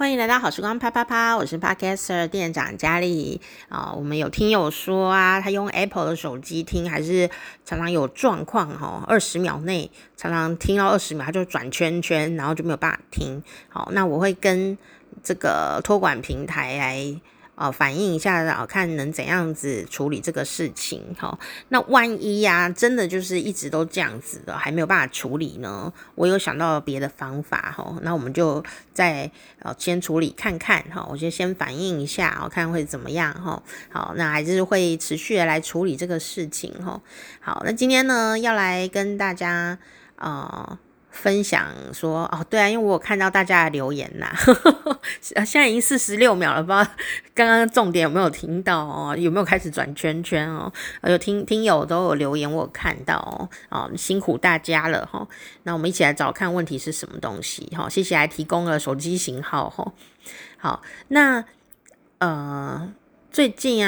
欢迎来到好时光啪啪啪，我是 Podcaster 店长佳丽我们有听友说他用 Apple 的手机听，还是常常有状况20秒内常常听到20秒，他就转圈圈，然后就没有办法听。那我会跟这个托管平台来反映一下，看能怎样子处理这个事情。那万一真的就是一直都这样子的，还没有办法处理呢，我有想到别的方法。那我们就再先处理看看。我就先反映一下，看会怎么样。好，那还是会持续的来处理这个事情。好，那今天呢，要来跟大家分享说对啊，因为我有看到大家的留言啦现在已经46秒了，不知道刚刚重点有没有听到有没有开始转圈圈有听友都有留言，我有看到辛苦大家了那我们一起来找看问题是什么东西谢谢还提供了手机型号好，那最近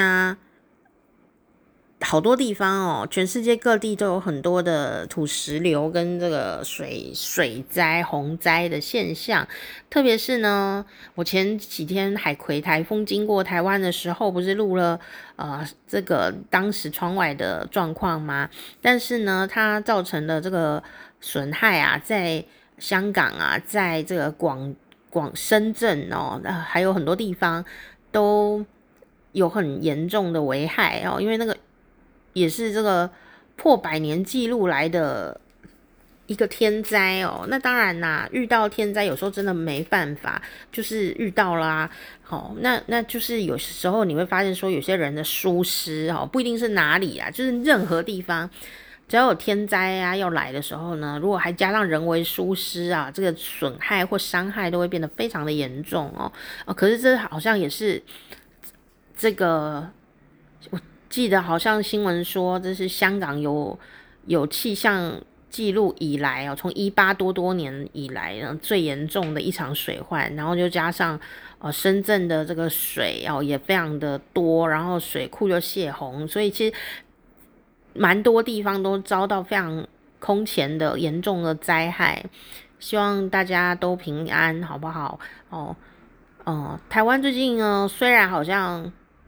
好多地方全世界各地都有很多的土石流跟这个水灾、洪灾的现象。特别是呢，我前几天海葵台风经过台湾的时候，不是录了这个当时窗外的状况吗？但是呢，它造成的这个损害在香港在这个深圳还有很多地方都有很严重的危害因为那个也是这个破100年记录来的一个天灾那当然啦，遇到天灾有时候真的没办法，就是遇到啦那就是有时候你会发现说有些人的疏失不一定是哪里就是任何地方只要有天灾要来的时候呢，如果还加上人为疏失这个损害或伤害都会变得非常的严重可是这好像也是这个记得好像新闻说这是香港有气象记录以来从18多年以来最严重的一场水患，然后就加上深圳的这个水也非常的多，然后水库就泄洪，所以其实蛮多地方都遭到非常空前的严重的灾害，希望大家都平安好不好台湾最近呢虽然好像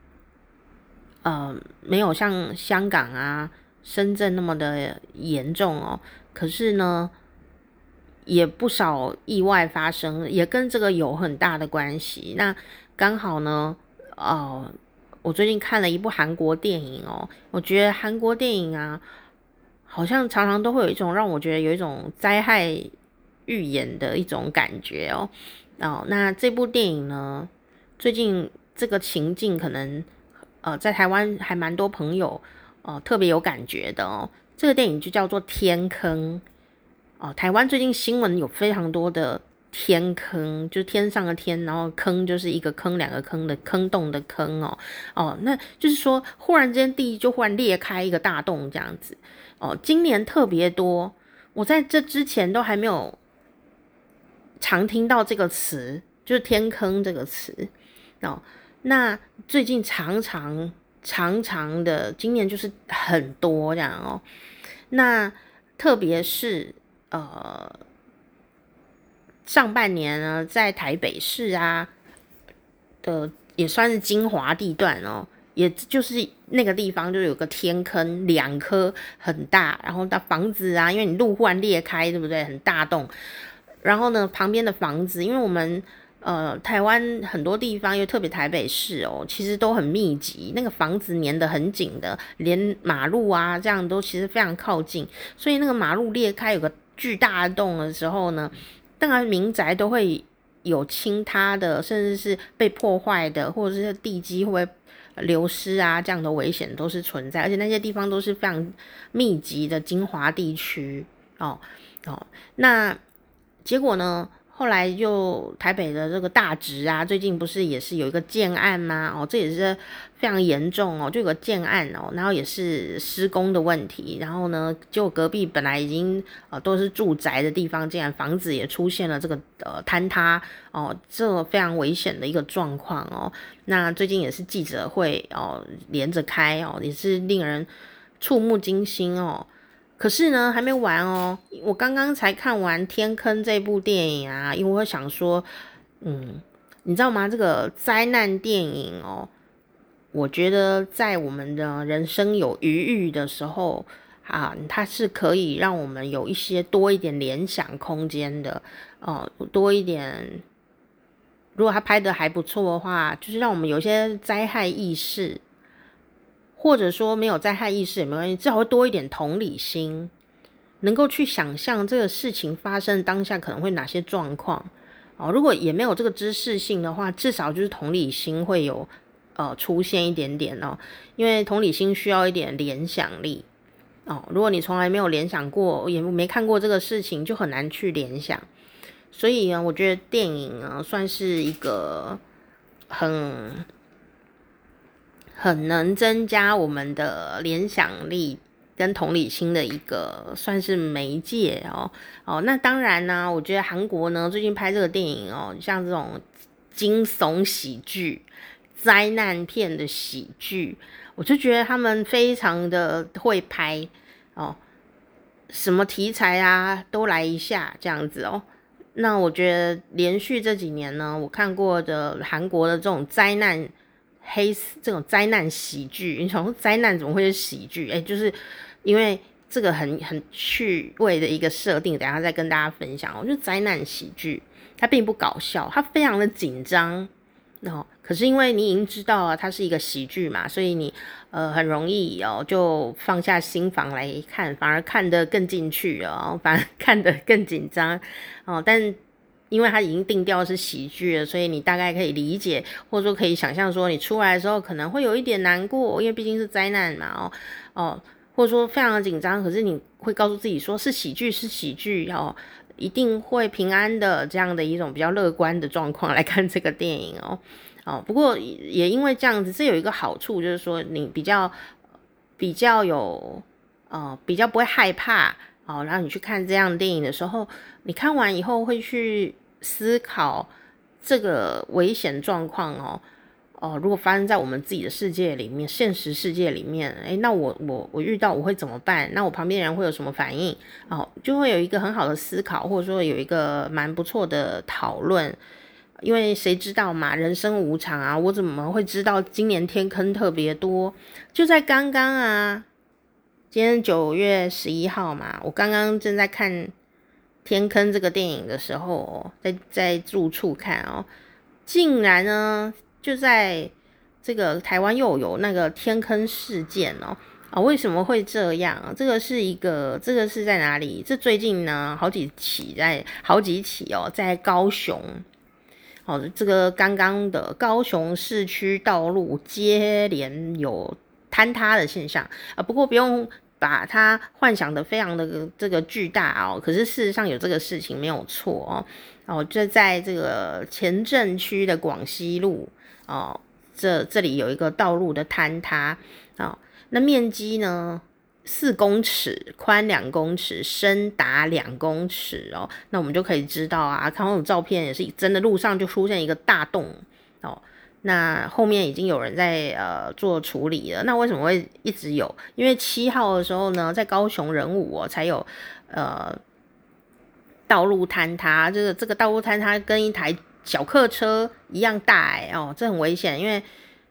没有像香港深圳那么的严重可是呢也不少意外发生，也跟这个有很大的关系。那刚好呢我最近看了一部韩国电影我觉得韩国电影好像常常都会有一种让我觉得有一种灾害预演的一种感觉那这部电影呢，最近这个情境可能在台湾还蛮多朋友特别有感觉的这个电影就叫做天坑台湾最近新闻有非常多的天坑，就是天上的天，然后坑就是一个坑两个坑的坑洞的坑那就是说忽然间地就忽然裂开一个大洞这样子今年特别多，我在这之前都还没有常听到这个词，就是天坑这个词那最近常常的今年就是很多这样那特别是上半年呢在台北市的也算是精华地段也就是那个地方就有个天坑2颗很大，然后到房子因为你路忽然裂开对不对，很大洞，然后呢旁边的房子因为我们台湾很多地方，又特别台北市其实都很密集，那个房子粘得很紧的，连马路这样都其实非常靠近，所以那个马路裂开有个巨大的洞的时候呢，当然民宅都会有倾塌的，甚至是被破坏的，或者是地基会流失这样的危险都是存在，而且那些地方都是非常密集的精华地区那结果呢后来就台北的这个大直最近不是也是有一个建案吗这也是非常严重就有个建案然后也是施工的问题，然后呢就隔壁本来已经都是住宅的地方，竟然房子也出现了这个坍塌这非常危险的一个状况那最近也是记者会连着开也是令人触目惊心可是呢还没完我刚刚才看完天坑这部电影因为我想说你知道吗？这个灾难电影哦，我觉得在我们的人生有余裕的时候啊，它是可以让我们有一些多一点联想空间的多一点。如果他拍的还不错的话，就是让我们有一些灾害意识，或者说没有灾害意识也没关系，至少会多一点同理心，能够去想象这个事情发生当下可能会哪些状况。如果也没有这个知识性的话，至少就是同理心会有出现一点点因为同理心需要一点联想力如果你从来没有联想过，也没看过这个事情，就很难去联想。所以呢，我觉得电影算是一个很能增加我们的联想力跟同理心的一个算是媒介那当然呢，我觉得韩国呢最近拍这个电影像这种惊悚喜剧、灾难片的喜剧，我就觉得他们非常的会拍什么题材啊都来一下这样子那我觉得连续这几年呢，我看过的韩国的这种灾难这种灾难喜剧，你想说灾难怎么会是喜剧？就是因为这个很趣味的一个设定，等一下再跟大家分享就是灾难喜剧它并不搞笑，它非常的紧张可是因为你已经知道它是一个喜剧嘛，所以你很容易就放下心防来看，反而看得更进去反而看得更紧张但因为它已经定调是喜剧了，所以你大概可以理解，或者说可以想象说你出来的时候可能会有一点难过，因为毕竟是灾难嘛或者说非常的紧张，可是你会告诉自己说是喜剧是喜剧一定会平安的，这样的一种比较乐观的状况来看这个电影不过也因为这样子，这有一个好处，就是说你比较有比较不会害怕然后你去看这样的电影的时候，你看完以后会去思考这个危险状况如果发生在我们自己的世界里面，现实世界里面那我遇到我会怎么办？那我旁边人会有什么反应就会有一个很好的思考，或者说有一个蛮不错的讨论。因为谁知道嘛，人生无常啊，我怎么会知道今年天坑特别多？就在刚刚今天9月11号嘛，我刚刚正在看天坑这个电影的时候在住处看竟然呢就在这个台湾又有那个天坑事件为什么会这样？这个是在哪里？这最近呢好几起在高雄这个刚刚的高雄市区道路接连有坍塌的现象不过不用把它幻想的非常的这个巨大可是事实上有这个事情没有错就在这个前镇区的广西路这里有一个道路的坍塌那面积呢4公尺，宽2公尺，深达2公尺那我们就可以知道看那种照片也是真的，路上就出现一个大洞那后面已经有人在做处理了。那为什么会一直有？因为7号的时候呢，在高雄仁武才有道路坍塌，这个道路坍塌跟一台小客车一样大这很危险，因为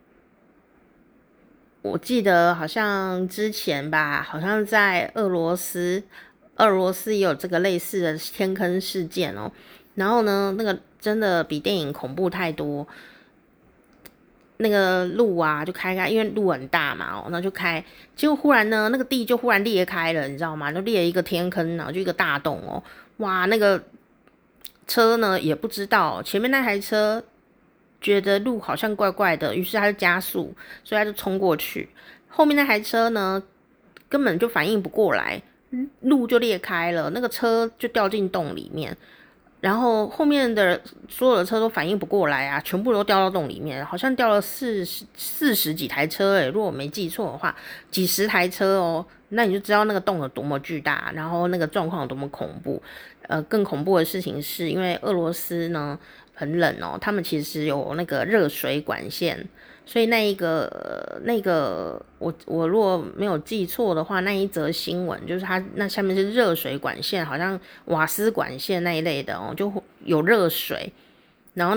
我记得好像之前吧，好像在俄罗斯也有这个类似的天坑事件然后呢，那个真的比电影恐怖太多。那个路就开，因为路很大嘛那就开，结果忽然呢，那个地就忽然裂开了，你知道吗？就裂一个天坑就一个大洞哇，那个车呢也不知道，前面那台车觉得路好像怪怪的，于是他就加速，所以他就冲过去。后面那台车呢根本就反应不过来，路就裂开了，那个车就掉进洞里面。然后后面的所有的车都反应不过来全部都掉到洞里面，好像掉了40几台车如果我没记错的话，几十台车那你就知道那个洞有多么巨大，然后那个状况有多么恐怖。更恐怖的事情是因为俄罗斯呢很冷他们其实有那个热水管线，所以那个我如果没有记错的话，那一则新闻就是它那下面是热水管线，好像瓦斯管线那一类的就有热水，然后那个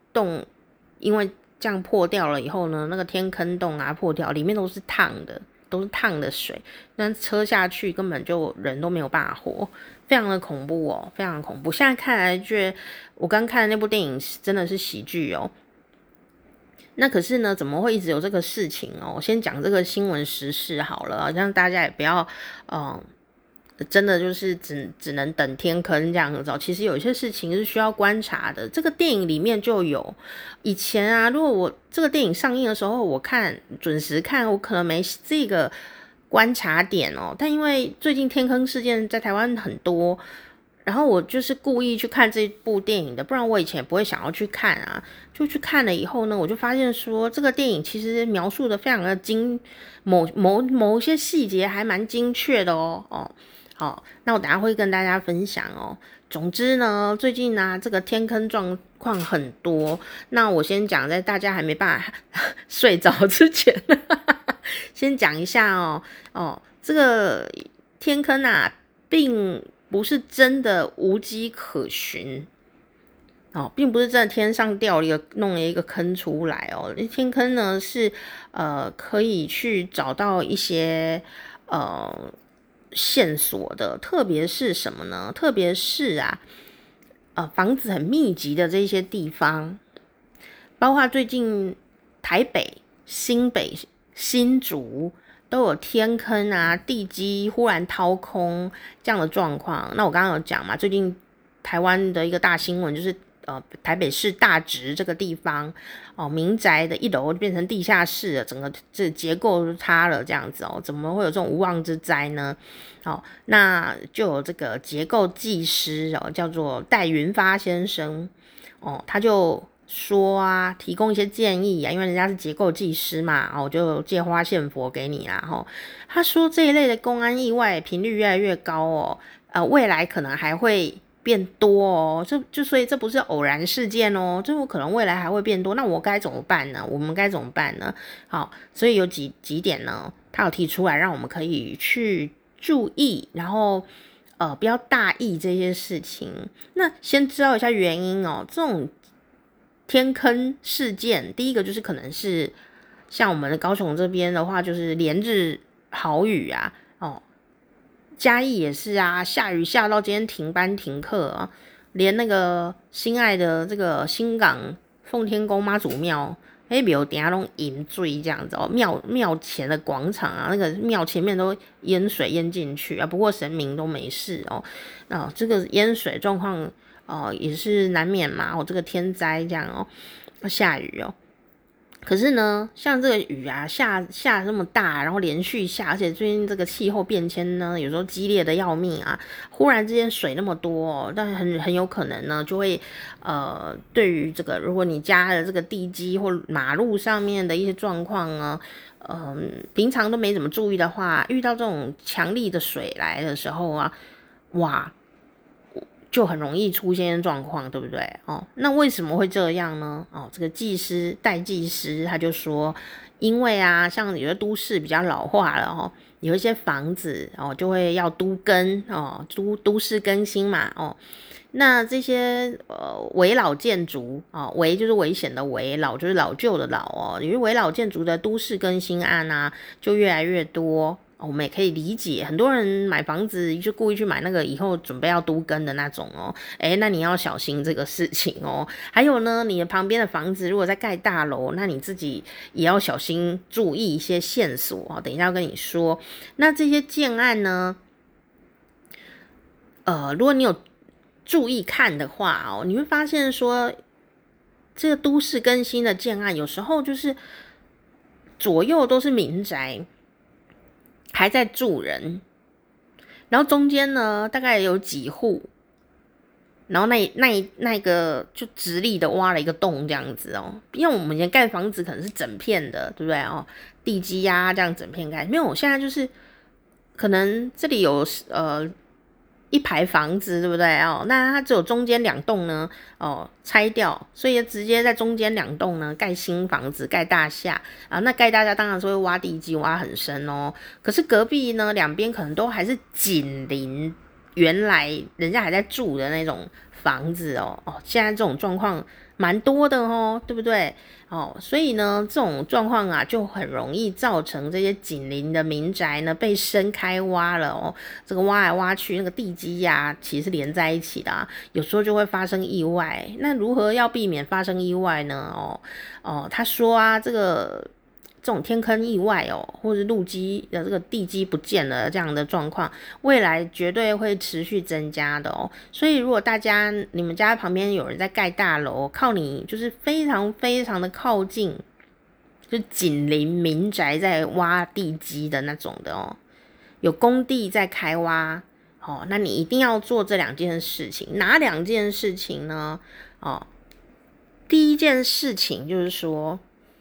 洞因为这样破掉了以后呢，那个天坑洞啊破掉，里面都是烫的水，那车下去根本就人都没有办法活，非常的恐怖哦，非常的恐怖。现在看来觉得我刚看的那部电影真的是喜剧哦。那可是呢，怎么会一直有这个事情哦？我先讲这个新闻时事好了，让大家也不要真的就是只能等天坑这样子哦。其实有一些事情是需要观察的。这个电影里面就有，以前啊，如果我这个电影上映的时候，我准时看，我可能没这个观察点哦。但因为最近天坑事件在台湾很多，然后我就是故意去看这部电影的，不然我以前也不会想要去看啊。就去看了以后呢，我就发现说，这个电影其实描述的非常的某一些细节还蛮精确的哦。好，那我等一下会跟大家分享哦。总之呢，最近啊，这个天坑状况很多。那我先讲，在大家还没办法睡着之前，先讲一下哦。这个天坑啊，并不是真的无迹可寻哦，并不是真的天上弄了一个坑出来哦。天坑呢是可以去找到一些线索的，特别是什么呢？特别是房子很密集的这些地方，包括最近台北、新北、新竹都有天坑啊、地基忽然掏空这样的状况。那我刚刚有讲嘛，最近台湾的一个大新闻就是台北市大直这个地方民宅的1楼变成地下室了，整个这结构塌了这样子哦，怎么会有这种无妄之灾呢？那就有这个结构技师叫做戴云发先生他就说提供一些建议因为人家是结构技师嘛我就借花献佛给你啦他说这一类的公安意外频率越来越高未来可能还会变多所以这不是偶然事件这可能未来还会变多，那我该怎么办呢？我们该怎么办呢？好，所以有几点呢，他有提出来让我们可以去注意，然后不要大意这些事情。那先知道一下原因这种天坑事件，第一个就是可能是像我们的高雄这边的话，就是连日豪雨嘉义也是下雨下到今天停班停课连那个心爱的这个新港奉天宫妈祖庙庙等下都淹水这样子庙前的广场那个庙前面都淹水淹进去不过神明都没事这个淹水状况也是难免嘛这个天灾这样下雨可是呢，像这个雨下这么大，然后连续下，而且最近这个气候变迁呢，有时候激烈的要命忽然之间水那么多但很有可能呢，就会对于这个如果你家的这个地基或马路上面的一些状况呢，平常都没怎么注意的话，遇到这种强力的水来的时候哇！就很容易出现状况，对不对那为什么会这样呢这个戴技师他就说，因为像有的都市比较老化了有一些房子就会要都更都市更新嘛那这些危老建筑危就是危险的危，老就是老旧的老因为危老建筑的都市更新案就越来越多我们也可以理解，很多人买房子就故意去买那个以后准备要都更的那种那你要小心这个事情还有呢，你的旁边的房子如果在盖大楼，那你自己也要小心注意一些线索等一下要跟你说。那这些建案呢如果你有注意看的话你会发现说这个都市更新的建案有时候就是左右都是民宅还在住人，然后中间呢大概有几户，然后那个就直立的挖了一个洞这样子因为我们以前盖房子可能是整片的，对不对地基这样整片盖，没有，现在就是可能这里有一排房子，对不对那它只有中间2栋呢拆掉，所以直接在中间2栋呢盖新房子，盖大厦那盖大厦当然是会挖地基，挖很深可是隔壁呢两边可能都还是紧邻原来人家还在住的那种房子现在这种状况蛮多的哦，对不对？所以呢，这种状况啊，就很容易造成这些紧邻的民宅呢被深开挖了哦。这个挖来挖去，那个地基呀，其实是连在一起的啊，有时候就会发生意外。那如何要避免发生意外呢？他说啊，这种天坑意外或者路基的这个地基不见了这样的状况，未来绝对会持续增加的哦。所以如果你们家旁边有人在盖大楼，靠你就是非常非常的靠近，就紧邻民宅在挖地基的那种的哦，有工地在开挖那你一定要做这2件事情。哪2件事情呢？第一件事情就是说，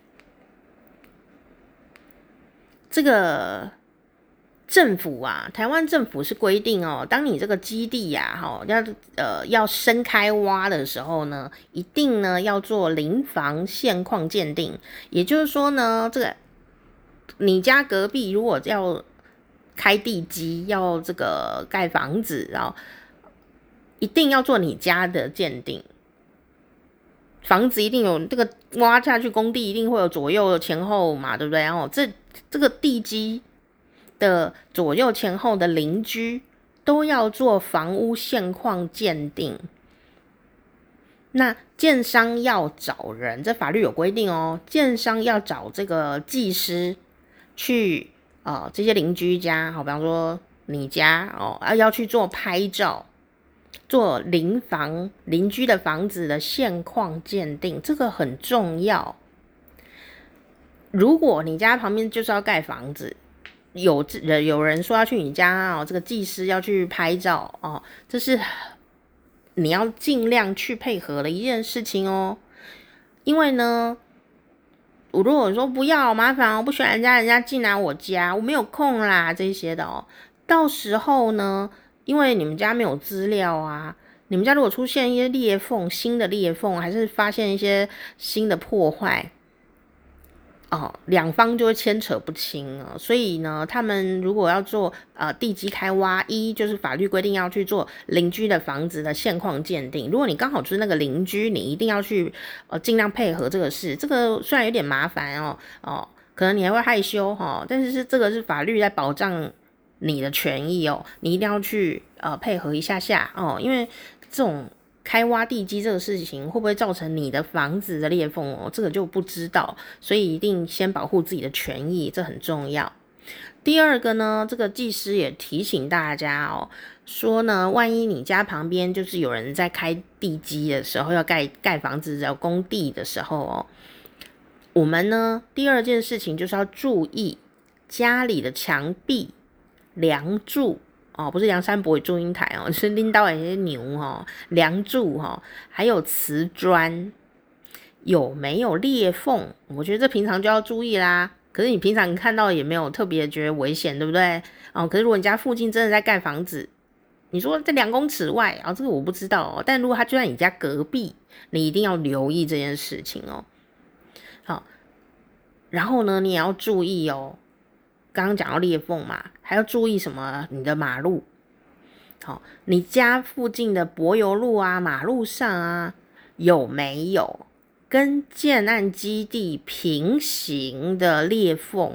这个政府啊，台湾政府是规定当你这个基地要深开挖的时候呢，一定呢要做邻房现况鉴定。也就是说呢，这个你家隔壁如果要开地基，要这个盖房子，然后一定要做你家的鉴定。房子一定有这个挖下去，工地一定会有左右前后嘛，对不对？然后这个地基的左右前后的邻居都要做房屋现况鉴定。那建商要找人，这法律有规定哦，建商要找这个技师去这些邻居家，比方说你家要去做拍照。做邻居的房子的现况鉴定，这个很重要。如果你家旁边就是要盖房子，有人说要去你家这个技师要去拍照这是你要尽量去配合的一件事情哦。因为呢，我如果说不要麻烦我不喜欢人家进来我家，我没有空啦这些的到时候呢，因为你们家没有资料啊，你们家如果出现一些裂缝，新的裂缝，还是发现一些新的破坏两方就会牵扯不清所以呢，他们如果要做地基开挖，就是法律规定要去做邻居的房子的现况鉴定。如果你刚好就是那个邻居，你一定要去尽量配合这个事。这个虽然有点麻烦可能你还会害羞但是这个是法律在保障你的权益你一定要去配合一下下因为这种开挖地基这个事情会不会造成你的房子的裂缝这个就不知道，所以一定先保护自己的权益，这很重要。第二个呢，这个技师也提醒大家说呢，万一你家旁边就是有人在开地基的时候，要盖房子要工地的时候我们呢第二件事情就是要注意家里的墙壁、梁柱不是梁山伯与祝英台是拎到一些牛梁柱还有瓷砖有没有裂缝，我觉得这平常就要注意啦。可是你平常看到也没有特别觉得危险，对不对可是如果你家附近真的在盖房子，你说在2公尺外这个我不知道但如果它就在你家隔壁，你一定要留意这件事情好，然后呢你也要注意刚刚讲到裂缝嘛，还要注意什么？你的马路你家附近的柏油路啊，马路上有没有跟建案基地平行的裂缝？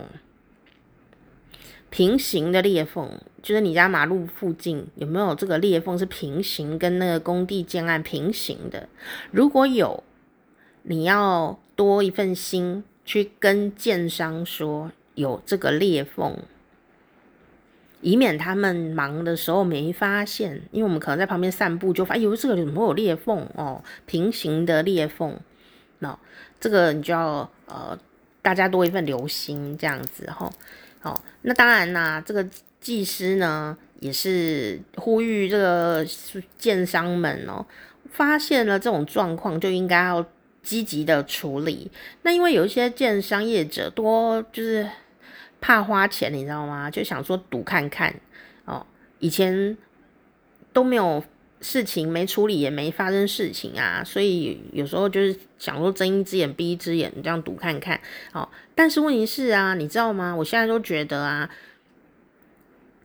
平行的裂缝就是你家马路附近有没有这个裂缝是平行，跟那个工地建案平行的？如果有，你要多一份心去跟建商说有这个裂缝，以免他们忙的时候没发现，因为我们可能在旁边散步就发现这个怎么会有裂缝平行的裂缝这个你就要大家多一份留心这样子那当然啦，这个技师呢也是呼吁这个建商们发现了这种状况就应该要积极的处理。那因为有一些建商业者多就是怕花钱，你知道吗？就想说赌看看以前都没有事情没处理，也没发生事情所以有时候就是想说睁一只眼闭一只眼，这样赌看看但是问题是你知道吗？我现在都觉得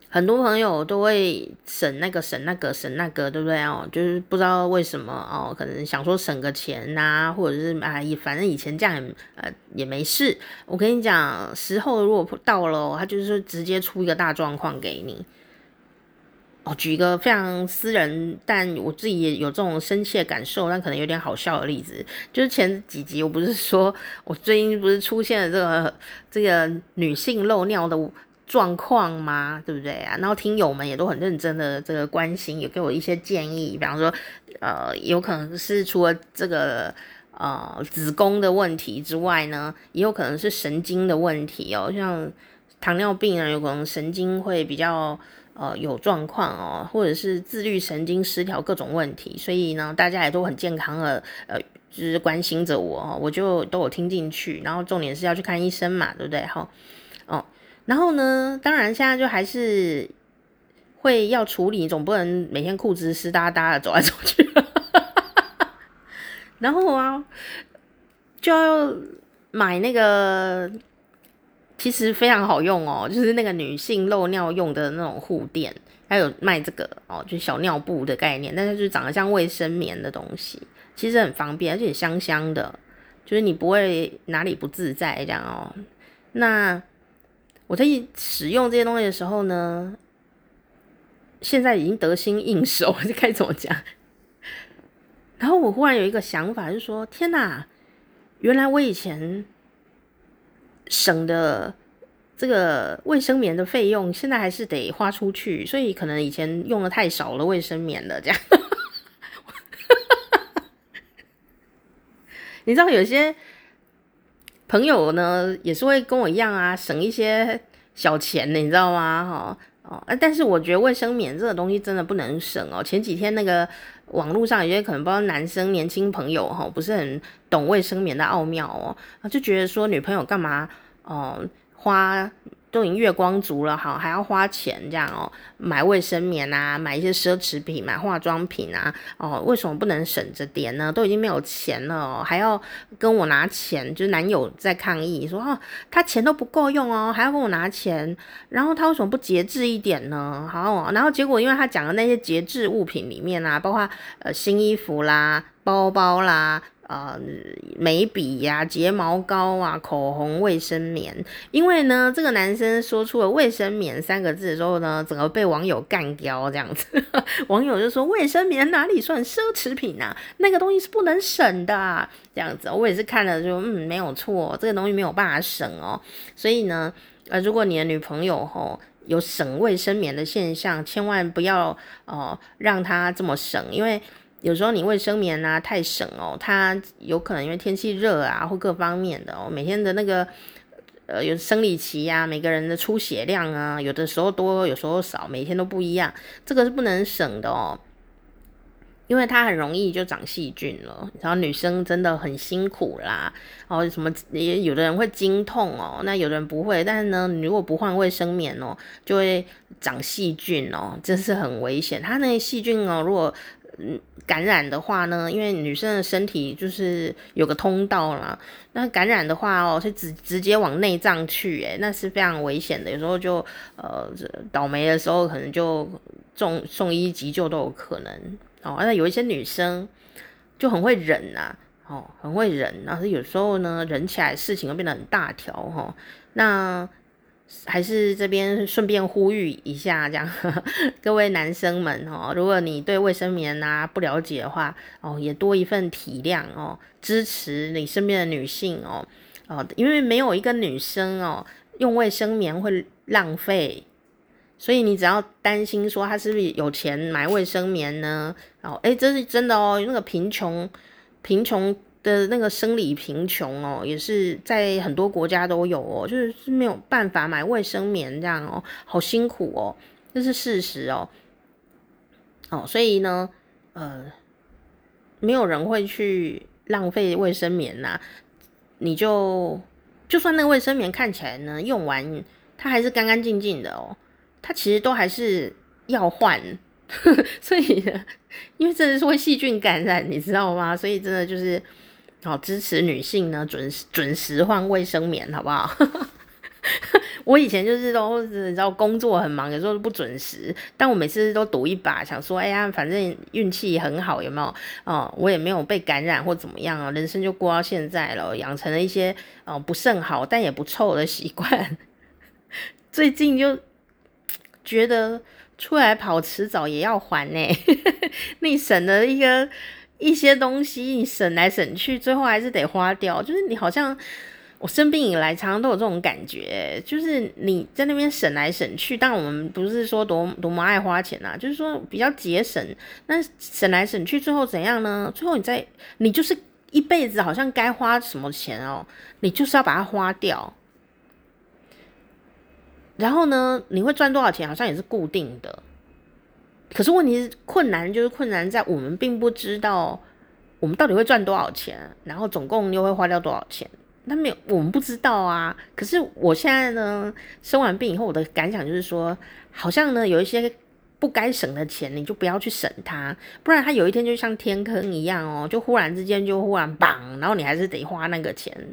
很多朋友都会省那个省那个省那个，对不对哦？就是不知道为什么哦，可能想说省个钱呐、或者是反正以前这样也没事。我跟你讲，时候如果到了，他就是直接出一个大状况给你。举一个非常私人，但我自己也有这种深切感受，但可能有点好笑的例子，就是前几集我不是说我最近不是出现了这个女性漏尿的状况吗？对不对啊？然后听友们也都很认真的这个关心，也给我一些建议，比方说有可能是除了这个子宫的问题之外呢，也有可能是神经的问题哦，像糖尿病人有可能神经会比较有状况哦，或者是自律神经失调各种问题，所以呢，大家也都很健康的就是关心着我哦，我就都有听进去，然后重点是要去看医生嘛，对不对哈？然后呢，当然现在就还是会要处理，总不能每天裤子湿哒哒的走来走去，然后就要买那个。其实非常好用哦，就是那个女性漏尿用的那种护垫，还有卖这个哦，就小尿布的概念，但是就长得像卫生棉的东西，其实很方便，而且香香的，就是你不会哪里不自在这样哦。那我在使用这些东西的时候呢，现在已经得心应手，该怎么讲？然后我忽然有一个想法，就是说，天哪，原来我以前省的这个卫生棉的费用，现在还是得花出去，所以可能以前用的太少了卫生棉了，这样。你知道有些朋友呢，也是会跟我一样啊，省一些小钱的，你知道吗？但是我觉得卫生棉这个东西真的不能省哦。前几天那个网络上有些可能不知道男生年轻朋友不是很懂卫生棉的奥妙哦，就觉得说女朋友干嘛花都已经月光族了，还要花钱这样哦，买卫生棉啊，买一些奢侈品，买化妆品啊，为什么不能省着点呢？都已经没有钱了哦，还要跟我拿钱，就是男友在抗议说他钱都不够用哦，还要跟我拿钱，然后他为什么不节制一点呢？好，然后结果因为他讲的那些节制物品里面啊，包括新衣服啦、包包啦。眉笔呀、睫毛膏啊、口红、卫生棉，因为呢，这个男生说出了“卫生棉”三个字的时候呢，整个被网友干掉这样子。网友就说：“卫生棉哪里算奢侈品啊？那个东西是不能省的啊。”这样子，我也是看了就没有错，这个东西没有办法省哦。所以呢，如果你的女朋友有省卫生棉的现象，千万不要让她这么省，因为。有时候你卫生棉啊太省哦，它有可能因为天气热啊或各方面的每天的那个有生理期啊，每个人的出血量啊，有的时候多，有时候少，每天都不一样，这个是不能省的哦，因为它很容易就长细菌了。然后女生真的很辛苦啦，什么也有的人会经痛哦，那有的人不会，但是呢，你如果不换卫生棉哦，就会长细菌哦，真是很危险。它那些细菌如果感染的话呢，因为女生的身体就是有个通道啦，那感染的话是直接往内脏去，那是非常危险的。有时候就倒霉的时候，可能就送医急救都有可能那有一些女生就很会忍啊，很会忍，然后有时候呢，忍起来事情会变得很大条那。还是这边顺便呼吁一下，这样各位男生们如果你对卫生棉不了解的话也多一份体谅支持你身边的女性因为没有一个女生用卫生棉会浪费，所以你只要担心说她是不是有钱买卫生棉呢这是真的那个贫穷的那个生理贫穷也是在很多国家都有就是没有办法买卫生棉这样好辛苦这是事实所以呢没有人会去浪费卫生棉你就算那个卫生棉看起来呢用完它还是干干净净的它其实都还是要换所以呢因为真的是会细菌感染你知道吗？所以真的就是支持女性呢准时换卫生棉好不好我以前就是都是你知道工作很忙，有时候不准时，但我每次都赌一把，想说，哎呀，反正运气很好，有没有？哦，我也没有被感染或怎么样啊，人生就过到现在了，养成了一些不甚好但也不臭的习惯。最近就觉得出来跑迟早也要还呢、你省了一些东西，你省来省去，最后还是得花掉。就是你好像我生病以来，常常都有这种感觉，就是你在那边省来省去。当然，我们不是说多么爱花钱啊，就是说比较节省。那省来省去，最后怎样呢？最后你就是一辈子好像该花什么钱哦，你就是要把它花掉。然后呢，你会赚多少钱，好像也是固定的。可是问题是困难在我们并不知道我们到底会赚多少钱，然后总共又会花掉多少钱。那没有，我们不知道啊。可是我现在呢，生完病以后，我的感想就是说，好像呢有一些不该省的钱，你就不要去省它，不然它有一天就像天坑一样哦，就忽然之间就忽然绑，然后你还是得花那个钱。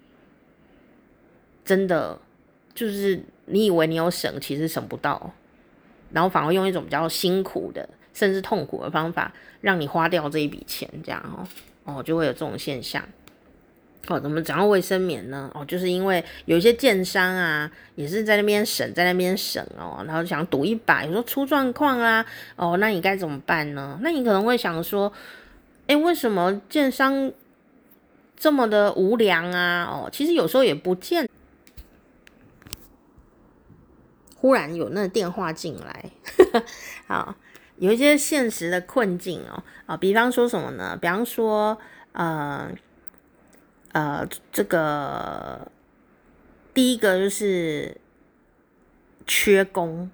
真的就是你以为你有省，其实省不到。然后反而用一种比较辛苦的，甚至痛苦的方法，让你花掉这一笔钱，这样就会有这种现象。怎么讲到卫生棉呢？就是因为有一些建商啊，也是在那边省，然后想赌一把，有时候出状况啦，那你该怎么办呢？那你可能会想说，为什么建商这么的无良啊？其实有时候也不见。忽然有那个电话进来，好，有一些现实的困境比方说什么呢？比方说，这个第一个就是缺工，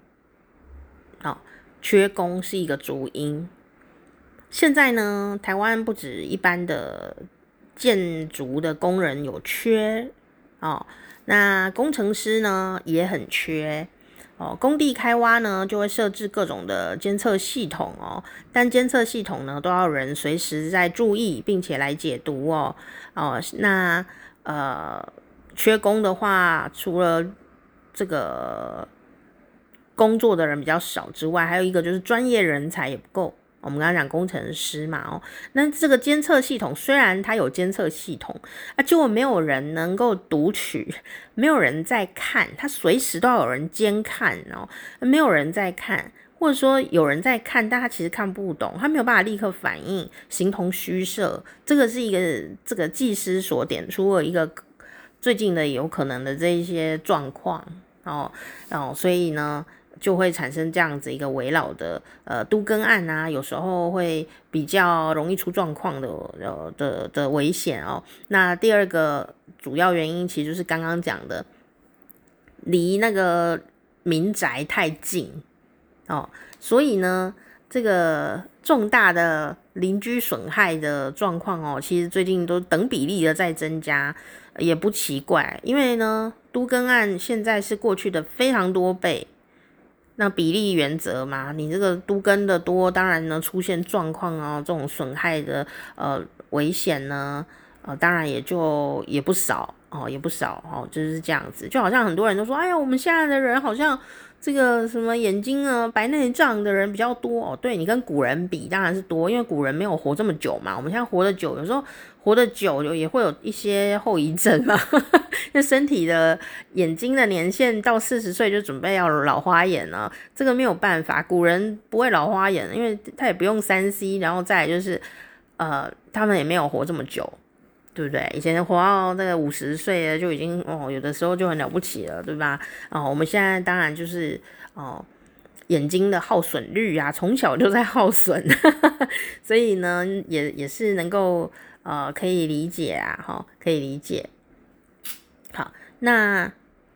缺工是一个主因。现在呢，台湾不止一般的建筑的工人有缺那工程师呢也很缺。工地开挖呢，就会设置各种的监测系统但监测系统呢，都要人随时在注意，并且来解读那缺工的话，除了这个工作的人比较少之外，还有一个就是专业人才也不够。我们刚刚讲工程师嘛那这个监测系统虽然它有监测系统结果没有人能够读取，没有人在看，它随时都要有人监看没有人在看，或者说有人在看，但他其实看不懂，他没有办法立刻反应，形同虚设。这个是一个这个技师所点出了一个最近的有可能的这一些状况所以呢就会产生这样子一个围绕的都更案啊，有时候会比较容易出状况的危险那第二个主要原因其实就是刚刚讲的，离那个民宅太近所以呢这个重大的邻居损害的状况其实最近都等比例的在增加，也不奇怪，因为呢都更案现在是过去的非常多倍。那比例原则嘛，你这个都更的多，当然呢出现状况这种损害的危险呢当然也不少就是这样子。就好像很多人都说，哎呀，我们现在的人好像这个什么眼睛白内障的人比较多对，你跟古人比当然是多，因为古人没有活这么久嘛，我们现在活得久，有时候活得久也会有一些后遗症嘛那身体的眼睛的年限到40岁就准备要老花眼了，这个没有办法，古人不会老花眼，因为他也不用3C， 然后再来就是他们也没有活这么久，对不对？以前活到这个50岁了就已经有的时候就很了不起了，对吧？我们现在当然就是眼睛的耗损率从小就在耗损所以呢也是能够可以理解可以理解。好，那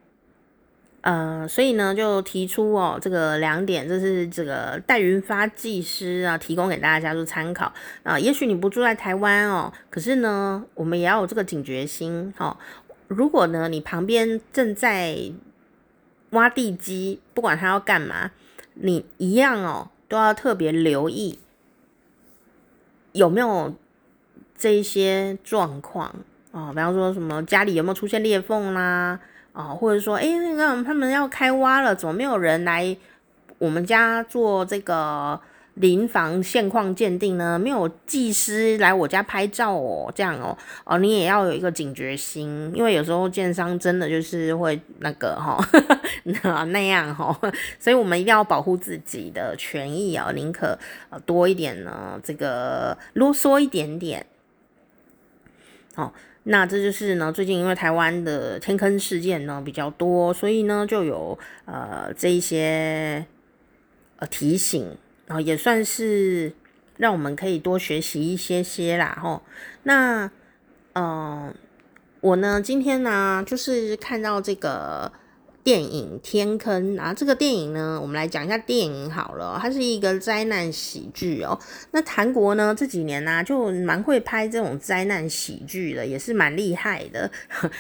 所以呢就提出这个2点，这是这个戴云发技师提供给大家做参考也许你不住在台湾可是呢我们也要有这个警觉心如果呢你旁边正在挖地基，不管他要干嘛，你一样都要特别留意有没有这一些状况比方说什么家里有没有出现裂缝啦或者说那个他们要开挖了，怎么没有人来我们家做这个临房现况鉴定呢？没有技师来我家拍照哦，这样你也要有一个警觉心，因为有时候建商真的就是会那个那样所以我们一定要保护自己的权益宁可多一点呢，这个啰嗦一点点那这就是呢，最近因为台湾的天坑事件呢比较多，所以呢就有这一些提醒，也算是让我们可以多学习一些啦那我呢今天呢就是看到这个电影《天坑》这个电影呢，我们来讲一下电影好了它是一个灾难喜剧那韩国呢这几年呢就蛮会拍这种灾难喜剧的，也是蛮厉害的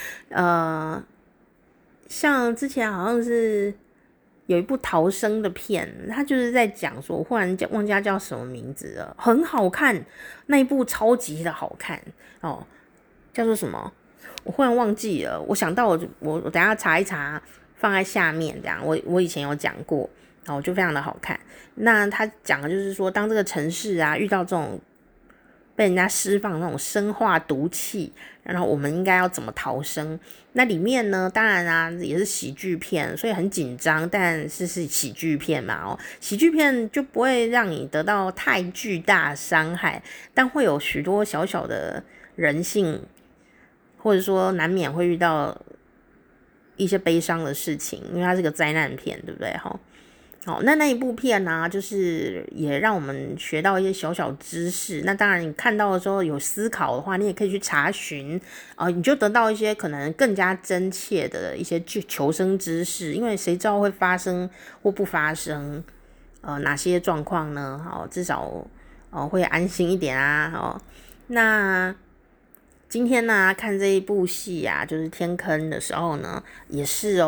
像之前好像是有一部逃生的片，他就是在讲说，我忽然忘记他叫什么名字了，很好看，那一部超级的好看叫做什么？我忽然忘记了，我想到我等一下查一查，放在下面这样。我以前有讲过，就非常的好看。那他讲的就是说，当这个城市遇到这种被人家释放那种生化毒气，然后我们应该要怎么逃生？那里面呢，当然也是喜剧片，所以很紧张，但是喜剧片嘛喜剧片就不会让你得到太巨大伤害，但会有许多小小的人性，或者说难免会遇到一些悲伤的事情，因为它是个灾难片，对不对那一部片呢就是也让我们学到一些小小知识。那当然你看到的时候有思考的话，你也可以去查询你就得到一些可能更加真切的一些求生知识，因为谁知道会发生或不发生哪些状况呢至少会安心一点那今天呢看这一部戏就是天坑的时候呢也是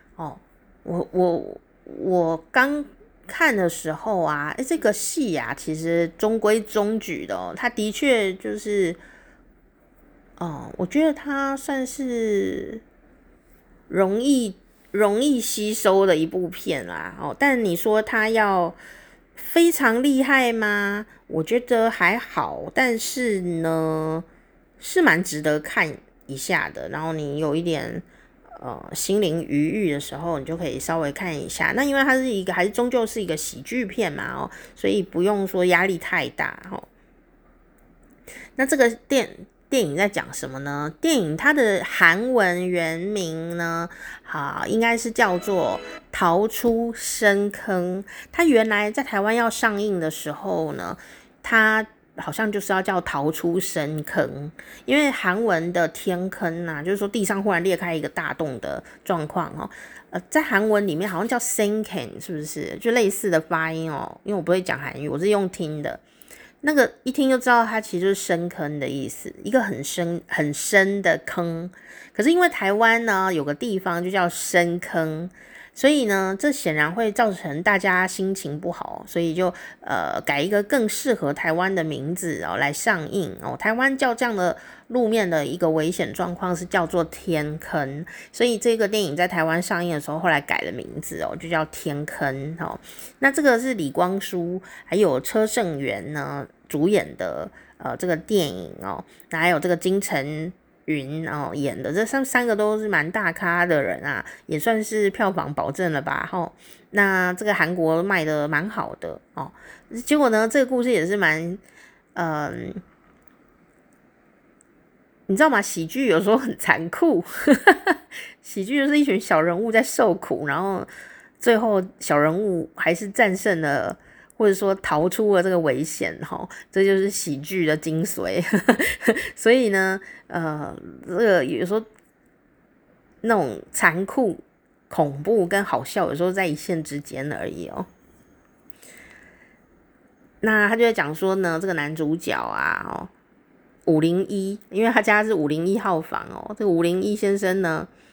我刚看的时候这个戏其实中规中矩的它的确就是我觉得它算是容易吸收的一部片啦但你说它要非常厉害吗？我觉得还好，但是呢是蛮值得看一下的，然后你有一点心灵愉悦的时候，你就可以稍微看一下。那因为它是一个还是终究是一个喜剧片嘛所以不用说压力太大那这个电影在讲什么呢？电影它的韩文原名呢应该是叫做逃出深坑。它原来在台湾要上映的时候呢，它好像就是要叫逃出深坑，因为韩文的天坑就是说地上忽然裂开一个大洞的状况在韩文里面好像叫 sinking， 是不是？就类似的发音因为我不会讲韩语，我是用听的。那个一听就知道它其实就是深坑的意思，一个很深的坑。可是因为台湾呢有个地方就叫深坑，所以呢这显然会造成大家心情不好，所以就改一个更适合台湾的名字来上映台湾叫这样的路面的一个危险状况是叫做天坑，所以这个电影在台湾上映的时候后来改了名字就叫天坑那这个是李光洙还有车胜元呢主演的这个电影那还有这个金城云演的，这三个都是蛮大咖的人也算是票房保证了吧那这个韩国卖的蛮好的结果呢这个故事也是蛮你知道吗？喜剧有时候很残酷喜剧就是一群小人物在受苦，然后最后小人物还是战胜了或者说逃出了这个危险这就是喜剧的精髓所以呢这个有时候那种残酷恐怖跟好笑有时候在一线之间而已那他就在讲说呢这个男主角501，因为他家是501号房这个501先生呢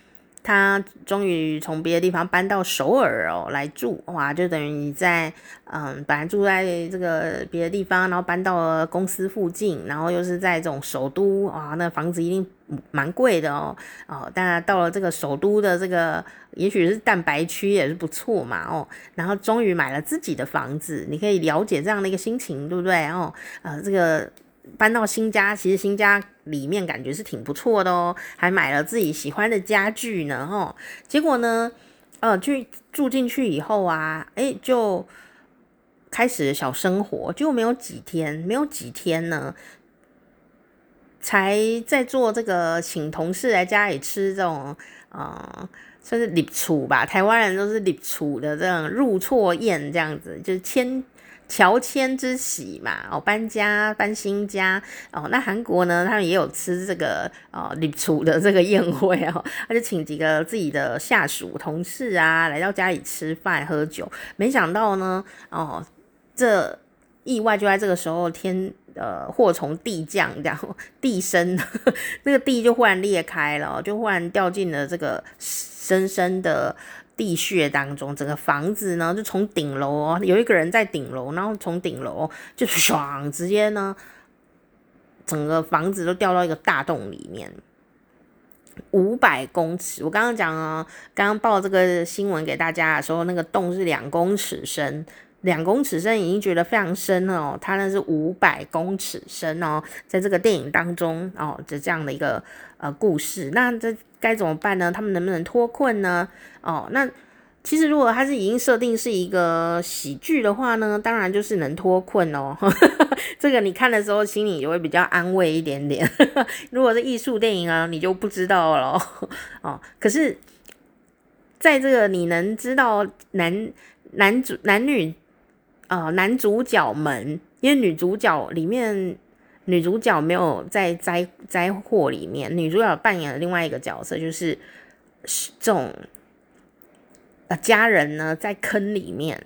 他终于从别的地方搬到首尔来住，哇，就等于你在本来住在这个别的地方，然后搬到了公司附近，然后又是在这种首都，哇，那房子一定蛮贵的当然到了这个首都的这个，也许是蛋白区也是不错嘛然后终于买了自己的房子，你可以了解这样的一个心情，对不对这个。搬到新家，其实新家里面感觉是挺不错的还买了自己喜欢的家具呢结果呢，去住进去以后啊，就开始小生活，就没有几天呢，才在做这个请同事来家里吃这种算是礼厝吧，台湾人都是礼厝的这种入厝宴这样子，就是乔迁之喜嘛搬家搬新家那韩国呢，他们也有吃这个礼厨的这个宴会他就请几个自己的下属同事啊来到家里吃饭喝酒，没想到呢这意外就在这个时候祸从地降，这样地深那个地就忽然裂开了，就忽然掉进了这个深深的地穴当中，整个房子呢就从顶楼有一个人在顶楼，然后从顶楼就爽，直接呢整个房子都掉到一个大洞里面。500公尺，我刚刚讲刚刚报这个新闻给大家的时候，那个洞是2公尺深，2公尺深已经觉得非常深了它那是500公尺深在这个电影当中就这样的一个故事，那这该怎么办呢？他们能不能脱困呢？那其实如果它是已经设定是一个喜剧的话呢，当然就是能脱困这个你看的时候心里就会比较安慰一点点如果是艺术电影你就不知道了可是在这个你能知道男主角们，因为女主角没有在灾祸里面，女主角扮演了另外一个角色，就是这种家人呢在坑里面，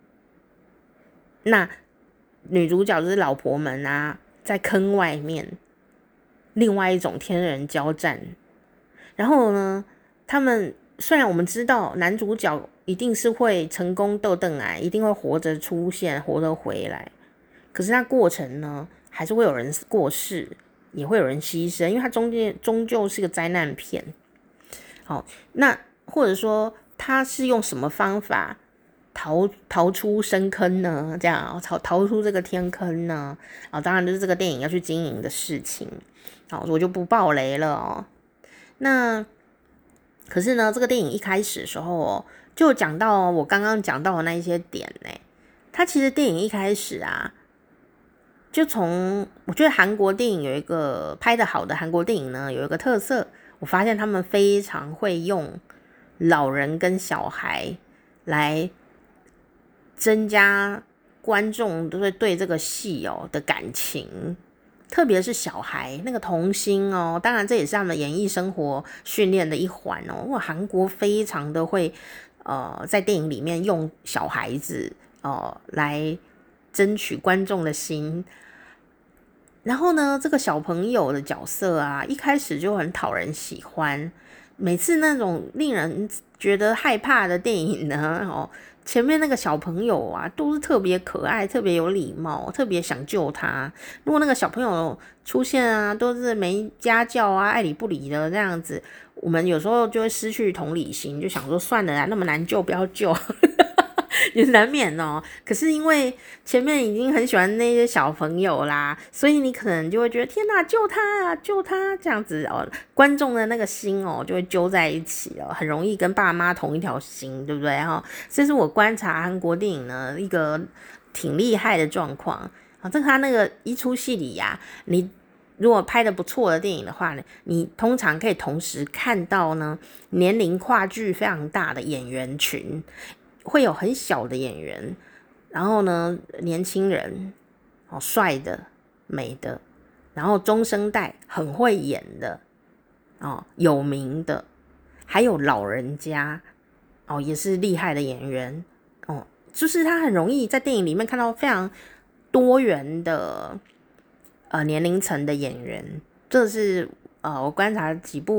那女主角就是老婆们在坑外面，另外一种天人交战。然后呢，他们虽然我们知道男主角一定是会成功斗邓癌，一定会活着出现，活着回来，可是那过程呢，还是会有人过世，也会有人牺牲，因为它终究是个灾难片。好，那或者说他是用什么方法逃出深坑呢？这样逃出这个天坑呢？当然就是这个电影要去经营的事情。好，我就不爆雷了那可是呢，这个电影一开始的时候就讲到我刚刚讲到的那一些点它其实电影一开始就我觉得韩国电影有一个拍得好的韩国电影呢，有一个特色，我发现他们非常会用老人跟小孩来增加观众对这个戏的感情，特别是小孩那个童心当然这也是他们演艺生活训练的一环哇，韩国非常的会在电影里面用小孩子来争取观众的心。然后呢，这个小朋友的角色一开始就很讨人喜欢，每次那种令人觉得害怕的电影呢前面那个小朋友都是特别可爱，特别有礼貌，特别想救他。如果那个小朋友出现都是没家教爱理不理的这样子，我们有时候就会失去同理心，就想说算了那么难救不要救也难免可是因为前面已经很喜欢那些小朋友啦，所以你可能就会觉得天哪，救他救他这样子观众的那个心就会揪在一起很容易跟爸妈同一条心，对不对这是我观察韩国电影呢一个挺厉害的状况这他那个一出戏里你如果拍得不错的电影的话呢，你通常可以同时看到呢年龄跨距非常大的演员群，会有很小的演员，然后呢年轻人帅的美的，然后中生代很会演的有名的，还有老人家也是厉害的演员就是他很容易在电影里面看到非常多元的年龄层的演员。这是我观察几部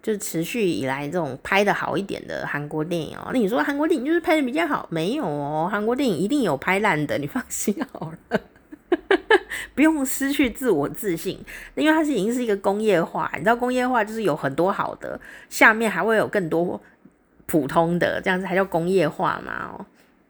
就是持续以来这种拍的好一点的韩国电影哦。那你说韩国电影就是拍的比较好，没有哦，韩国电影一定有拍烂的，你放心好了。不用失去自我自信，因为它已经是一个工业化，你知道工业化就是有很多好的，下面还会有更多普通的，这样子还叫工业化嘛。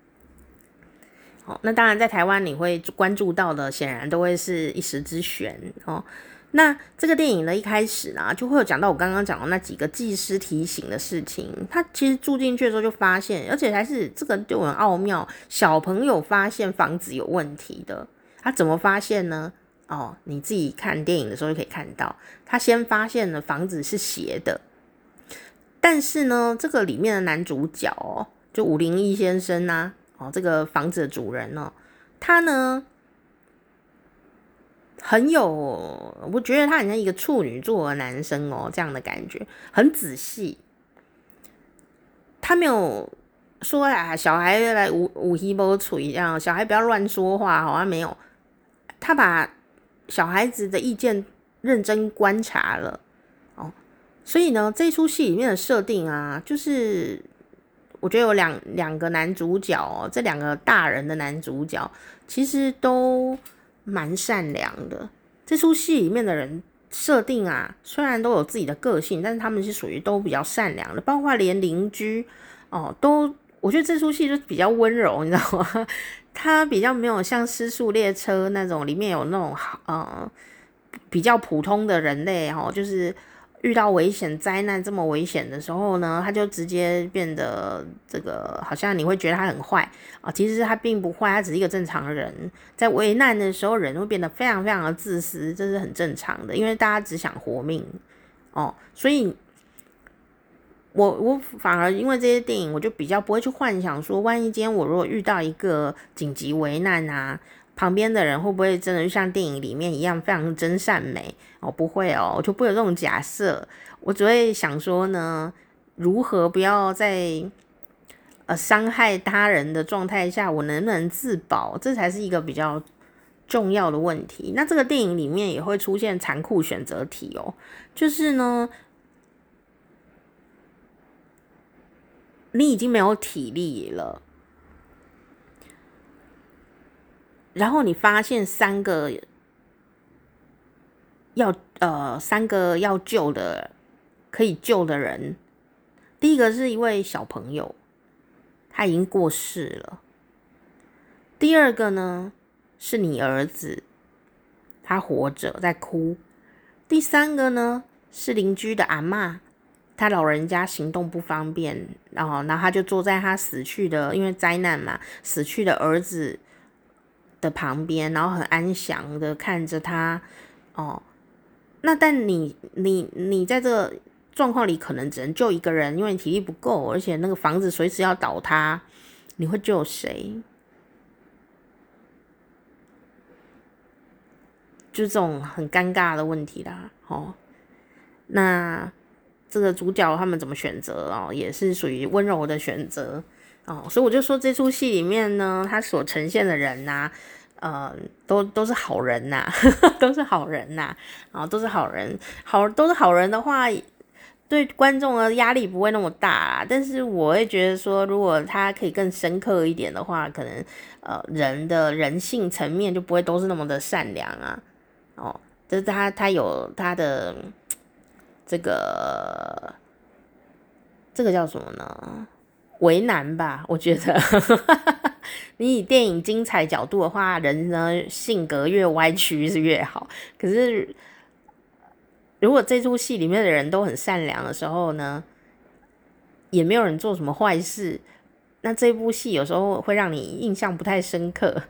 那当然在台湾你会关注到的显然都会是一时之选哦。那这个电影呢一开始呢就会有讲到我刚刚讲的那几个技师提醒的事情，他其实住进去的时候就发现，而且还是这个就很奥妙，小朋友发现房子有问题的。他怎么发现呢？你自己看电影的时候就可以看到，他先发现了房子是斜的，但是呢这个里面的男主角就武林义先生啊，这个房子的主人他呢很有，我觉得他很像一个处女座的男生这样的感觉，很仔细。他没有说小孩来有戏没嘴这样，小孩不要乱说话，好像没有。他把小孩子的意见认真观察了所以呢，这出戏里面的设定啊，就是我觉得有两个男主角这两个大人的男主角其实都蛮善良的。这出戏里面的人设定啊，虽然都有自己的个性，但是他们是属于都比较善良的，包括连邻居都，我觉得这出戏就比较温柔，你知道吗？它比较没有像失速列车那种里面有那种比较普通的人类就是遇到危险灾难这么危险的时候呢，他就直接变得这个好像你会觉得他很坏其实他并不坏，他只是一个正常人。在危难的时候人会变得非常非常的自私，这是很正常的，因为大家只想活命所以我反而因为这些电影我就比较不会去幻想说，万一今天我如果遇到一个紧急危难啊，旁边的人会不会真的像电影里面一样非常真善美不会我就不会有这种假设。我只会想说呢，如何不要在伤害他人的状态下，我能不能自保，这才是一个比较重要的问题。那这个电影里面也会出现残酷选择题就是呢你已经没有体力了，然后你发现三个要救的可以救的人，第一个是一位小朋友，他已经过世了。第二个呢是你儿子，他活着在哭。第三个呢是邻居的阿嬷，他老人家行动不方便，然后他就坐在他死去的，因为灾难嘛，死去的儿子的旁边，然后很安详的看着他那但你在这个状况里可能只能救一个人，因为你体力不够，而且那个房子随时要倒塌，你会救谁？就这种很尴尬的问题啦那这个主角他们怎么选择也是属于温柔的选择所以我就说这出戏里面呢，他所呈现的人都是好人都是好人都是好人，都是好人的话，对观众的压力不会那么大但是我会觉得说，如果他可以更深刻一点的话，可能人的人性层面就不会都是那么的善良就是他有他的这个叫什么呢？为难吧，我觉得。你以电影精彩角度的话，人呢性格越歪曲是越好。可是如果这出戏里面的人都很善良的时候呢，也没有人做什么坏事，那这部戏有时候会让你印象不太深刻。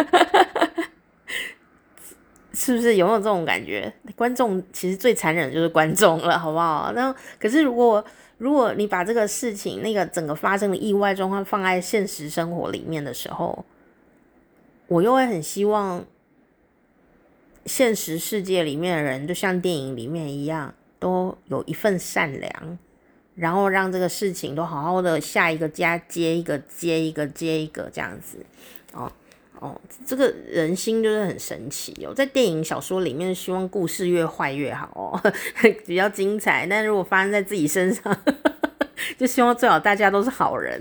是不是有没有这种感觉？观众其实最残忍的就是观众了，好不好？那可是如果你把这个事情那个整个发生的意外状况放在现实生活里面的时候，我又会很希望现实世界里面的人就像电影里面一样，都有一份善良，然后让这个事情都好好的下一个接一个接一个接一个这样子哦，这个人心就是很神奇哦，在电影小说里面，希望故事越坏越好哦，比较精彩。但如果发生在自己身上，就希望最好大家都是好人。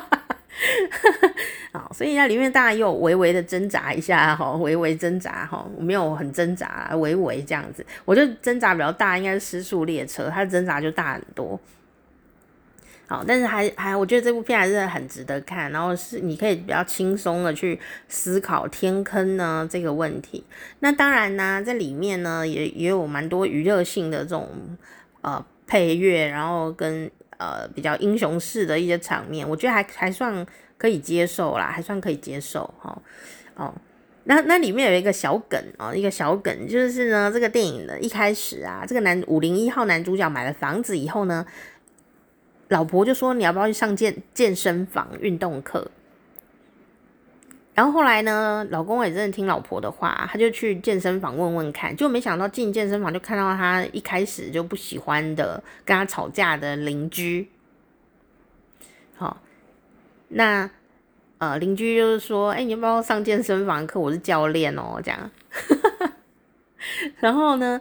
好，所以它里面当然也有微微的挣扎一下哈，微微挣扎哈，我没有很挣扎，微微这样子。我觉得挣扎比较大，应该是失速列车，它的挣扎就大很多。好，但是我觉得这部片还是很值得看，然后是你可以比较轻松的去思考天坑呢这个问题。那当然呢，在里面呢也有蛮多娱乐性的这种配乐，然后跟比较英雄式的一些场面，我觉得还算可以接受啦，还算可以接受哦。那里面有一个小梗哦，一个小梗就是呢，这个电影的一开始啊，这个501号男主角买了房子以后呢，老婆就说你要不要去上健身房运动课？然后后来呢，老公也真的听老婆的话，他就去健身房问问看，就没想到进健身房就看到他一开始就不喜欢的、跟他吵架的邻居。好，那邻居就是说，你要不要上健身房课？我是教练哦，这样。然后呢，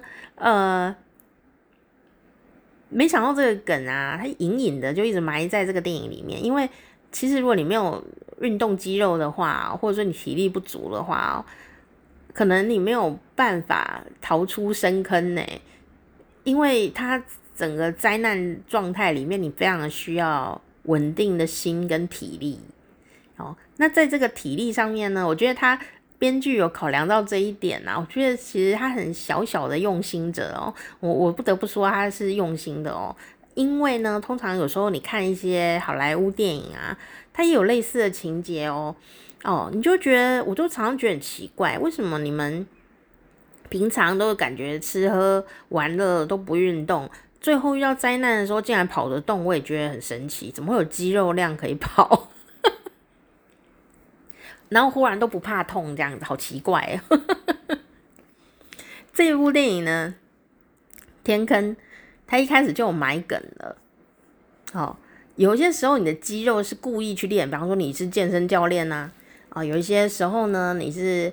没想到这个梗啊，它隐隐的就一直埋在这个电影里面。因为其实如果你没有运动肌肉的话，或者说你体力不足的话，可能你没有办法逃出深坑呢。因为它整个灾难状态里面，你非常的需要稳定的心跟体力。那在这个体力上面呢，我觉得他编剧有考量到这一点啊，我觉得其实他很小小的用心者哦，我不得不说他是用心的哦，因为呢，通常有时候你看一些好莱坞电影啊，它也有类似的情节哦，你就觉得，我就常常觉得很奇怪，为什么你们平常都感觉吃喝玩乐都不运动，最后遇到灾难的时候竟然跑得动，我也觉得很神奇，怎么会有肌肉量可以跑？然后忽然都不怕痛，这样子好奇怪哦。这一部电影呢，天坑，它一开始就有埋梗了。有些时候你的肌肉是故意去练，比方说你是健身教练有一些时候呢你是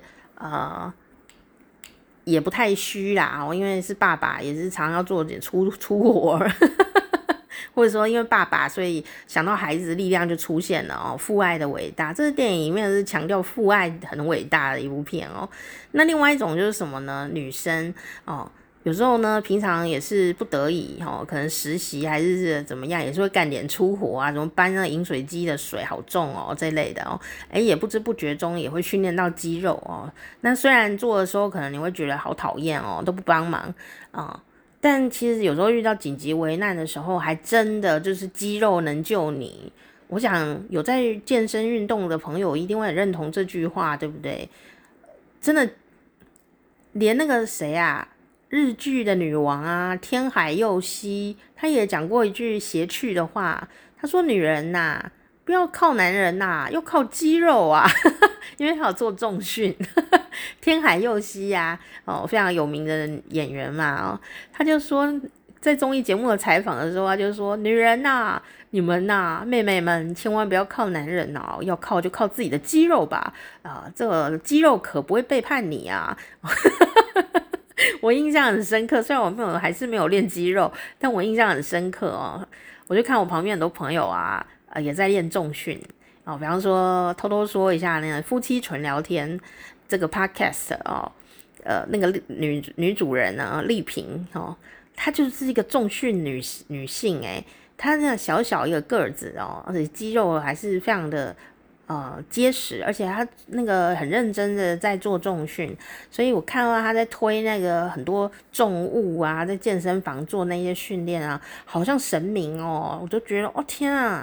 也不太虚啦，因为是爸爸，也是常常要做点出活。或者说因为爸爸，所以想到孩子的力量就出现了哦，父爱的伟大。这个电影里面是强调父爱很伟大的一部片哦。那另外一种就是什么呢？女生有时候呢，平常也是不得已可能实习还是怎么样，也是会干点粗活啊，怎么搬那饮水机的水好重哦这类的哦，也不知不觉中也会训练到肌肉哦。那虽然做的时候可能你会觉得好讨厌哦，都不帮忙但其实有时候遇到紧急危难的时候，还真的就是肌肉能救你。我想有在健身运动的朋友一定会很认同这句话，对不对？真的，连那个谁啊，日剧的女王天海佑希，她也讲过一句邪趣的话，她说：“女人不要靠男人要靠肌肉啊。”因为他有做重训。天海佑希非常有名的演员嘛他就说在综艺节目的采访的时候，他就说：“女人你们妹妹们千万不要靠男人要靠就靠自己的肌肉吧这个肌肉可不会背叛你啊。”我印象很深刻，虽然我还是没有练肌肉，但我印象很深刻哦。我就看我旁边很多朋友也在练重训比方说偷偷说一下那个夫妻纯聊天这个 podcast 那个女主人丽萍她就是一个重训女性她那小小一个个子而且肌肉还是非常的结实，而且她那个很认真的在做重训，所以我看到她在推那个很多重物在健身房做那些训练好像神明我就觉得天啊，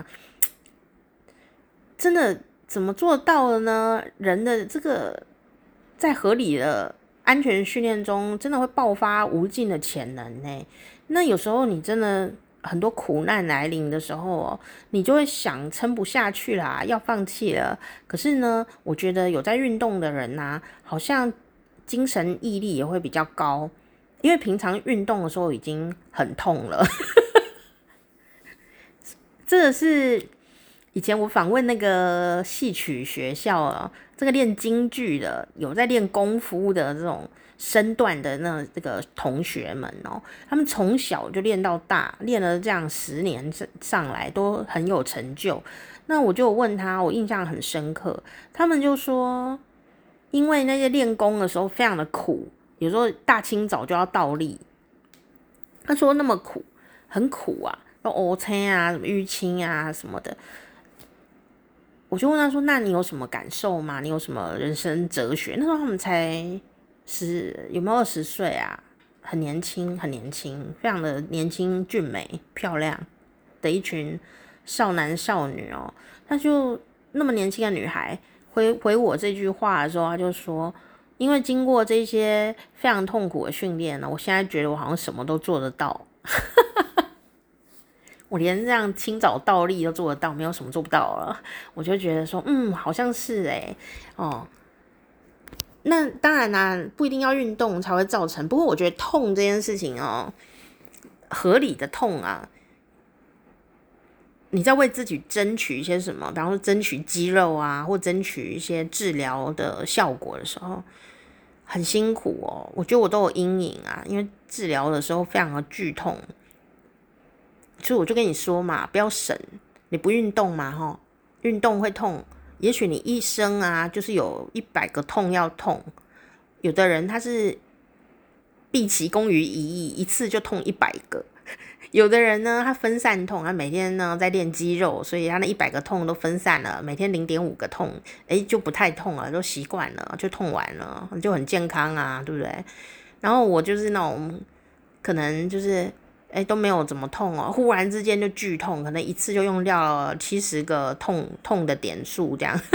真的怎么做到的呢？人的这个在合理的安全训练中，真的会爆发无尽的潜能呢。那有时候你真的很多苦难来临的时候你就会想撑不下去啦，要放弃了。可是呢，我觉得有在运动的人好像精神毅力也会比较高，因为平常运动的时候已经很痛了。这个是以前我访问那个戏曲学校啊，这个练京剧的，有在练功夫的这种身段的这个同学们哦，他们从小就练到大，练了这样10年上来都很有成就。那我就问他，我印象很深刻，他们就说，因为那些练功的时候非常的苦，有时候大清早就要倒立，他说那么苦，很苦啊，黑青啊，什么淤青啊什么的。我就问他说：“那你有什么感受吗？你有什么人生哲学？”那时候他们才有没有20岁啊？很年轻，很年轻，非常的年轻、俊美、漂亮的一群少男少女哦。他就那么年轻的女孩回我这句话的时候，他就说：“因为经过这些非常痛苦的训练呢，我现在觉得我好像什么都做得到。”我连这样清早倒立都做得到，没有什么做不到了。我就觉得说，好像是哦。那当然啦，不一定要运动才会造成。不过我觉得痛这件事情哦，合理的痛啊，你在为自己争取一些什么，比方说争取肌肉啊，或争取一些治疗的效果的时候，很辛苦哦。我觉得我都有阴影啊，因为治疗的时候非常的剧痛。所以我就跟你说嘛，不要省，你不运动嘛，运动会痛。也许你一生啊，就是有100个痛要痛。有的人他是毕其功于一役，一次就痛100个。有的人呢，他分散痛，他每天呢在练肌肉，所以他那100个痛都分散了，每天0.5个痛，就不太痛了，就习惯了，就痛完了，就很健康啊，对不对？然后我就是那种可能就是都没有怎么痛哦，忽然之间就剧痛，可能一次就用掉了70个痛的点数这样。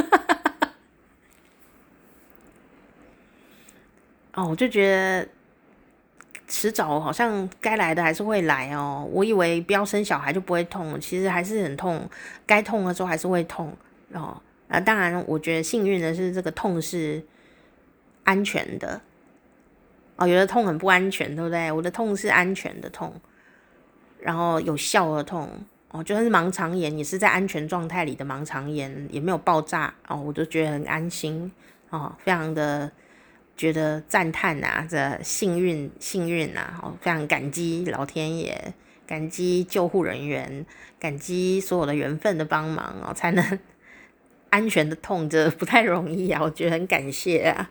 我就觉得迟早好像该来的还是会来哦。我以为不要生小孩就不会痛，其实还是很痛，该痛的时候还是会痛哦。当然，我觉得幸运的是这个痛是安全的哦。有的痛很不安全，对不对？我的痛是安全的痛。然后有效的痛就算是盲肠炎，也是在安全状态里的盲肠炎，也没有爆炸我就觉得很安心非常的觉得赞叹啊，这幸运啊非常感激老天爷，感激救护人员，感激所有的缘分的帮忙才能安全的痛，这不太容易啊，我觉得很感谢啊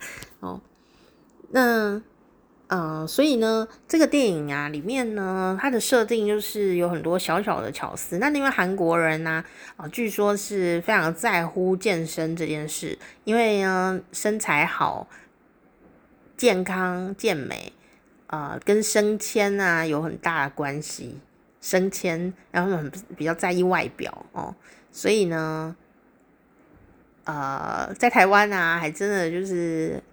那所以呢，这个电影啊里面呢，它的设定就是有很多小小的巧思。那因为韩国人呢，据说是非常在乎健身这件事，因为呢身材好、健康、健美，跟升迁啊有很大的关系。升迁，然后他们比较在意外表所以呢，在台湾啊，还真的就是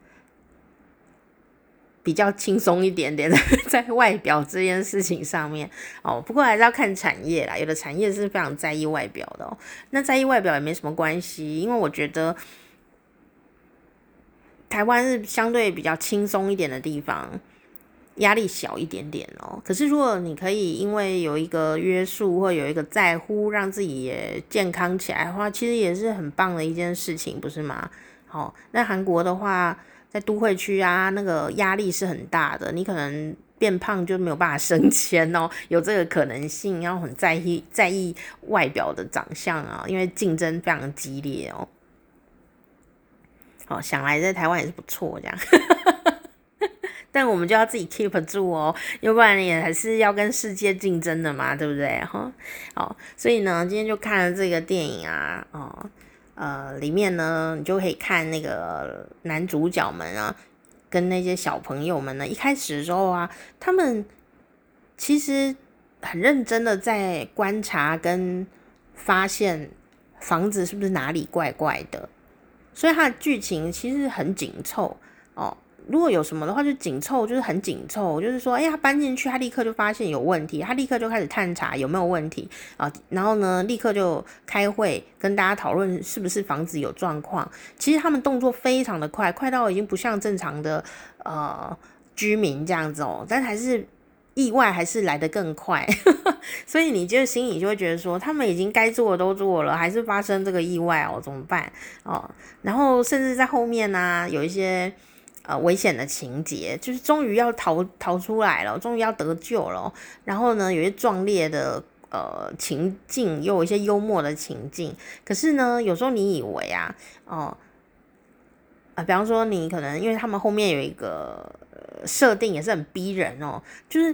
比较轻松一点点的在外表这件事情上面不过还是要看产业啦，有的产业是非常在意外表的那在意外表也没什么关系，因为我觉得台湾是相对比较轻松一点的地方，压力小一点点可是如果你可以因为有一个约束或有一个在乎，让自己也健康起来的话，其实也是很棒的一件事情，不是吗？那韩国的话，在都会区啊，那个压力是很大的，你可能变胖就没有办法升迁有这个可能性，要很在意外表的长相因为竞争非常激烈想来在台湾也是不错这样。但我们就要自己 keep 住要不然也还是要跟世界竞争的嘛，对不对所以呢，今天就看了这个电影里面呢，你就可以看那个男主角们跟那些小朋友们呢，一开始的时候他们其实很认真的在观察跟发现房子是不是哪里怪怪的，所以它的剧情其实很紧凑如果有什么的话就紧凑，就是很紧凑，就是说他搬进去，他立刻就发现有问题，他立刻就开始探查有没有问题然后呢立刻就开会跟大家讨论是不是房子有状况。其实他们动作非常的快到已经不像正常的居民这样子但还是意外还是来得更快所以你就心里就会觉得说，他们已经该做的都做了，还是发生这个意外哦，怎么办哦？然后甚至在后面呢、有一些危险的情节，就是终于要逃出来了，终于要得救了。然后呢，有些壮烈的情境，又有一些幽默的情境。可是呢，有时候你以为啊，比方说你可能因为他们后面有一个设定也是很逼人哦，就是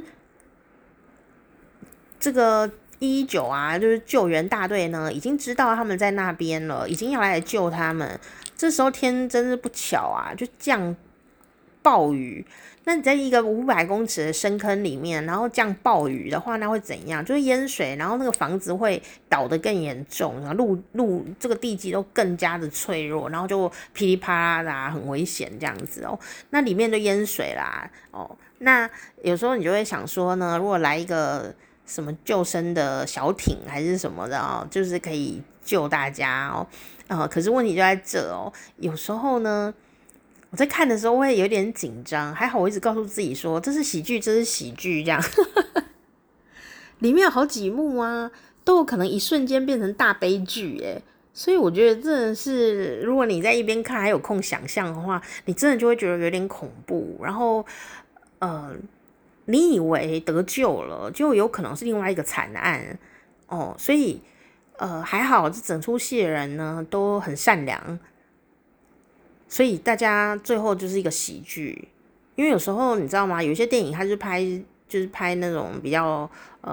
这个119啊，就是救援大队呢，已经知道他们在那边了，已经要来救他们。这时候天真是不巧啊，就降暴雨。那你在一个500公尺的深坑里面，然后降暴雨的话，那会怎样？就是淹水，然后那个房子会倒得更严重，然后路这个地基都更加的脆弱，然后就噼里啪啦的啊，很危险这样子哦。那里面就淹水啦哦。那有时候你就会想说呢，如果来一个什么救生的小艇还是什么的哦，就是可以救大家哦。可是问题就在这哦，有时候呢。我在看的时候会有点紧张，还好我一直告诉自己说这是喜剧，这是喜剧，这样里面有好几幕啊，都有可能一瞬间变成大悲剧耶。所以我觉得真的是，如果你在一边看还有空想象的话，你真的就会觉得有点恐怖。然后，你以为得救了，就有可能是另外一个惨案哦。所以，还好这整出戏的人呢都很善良。所以大家最后就是一个喜剧，因为有时候你知道吗？有些电影它是拍那种比较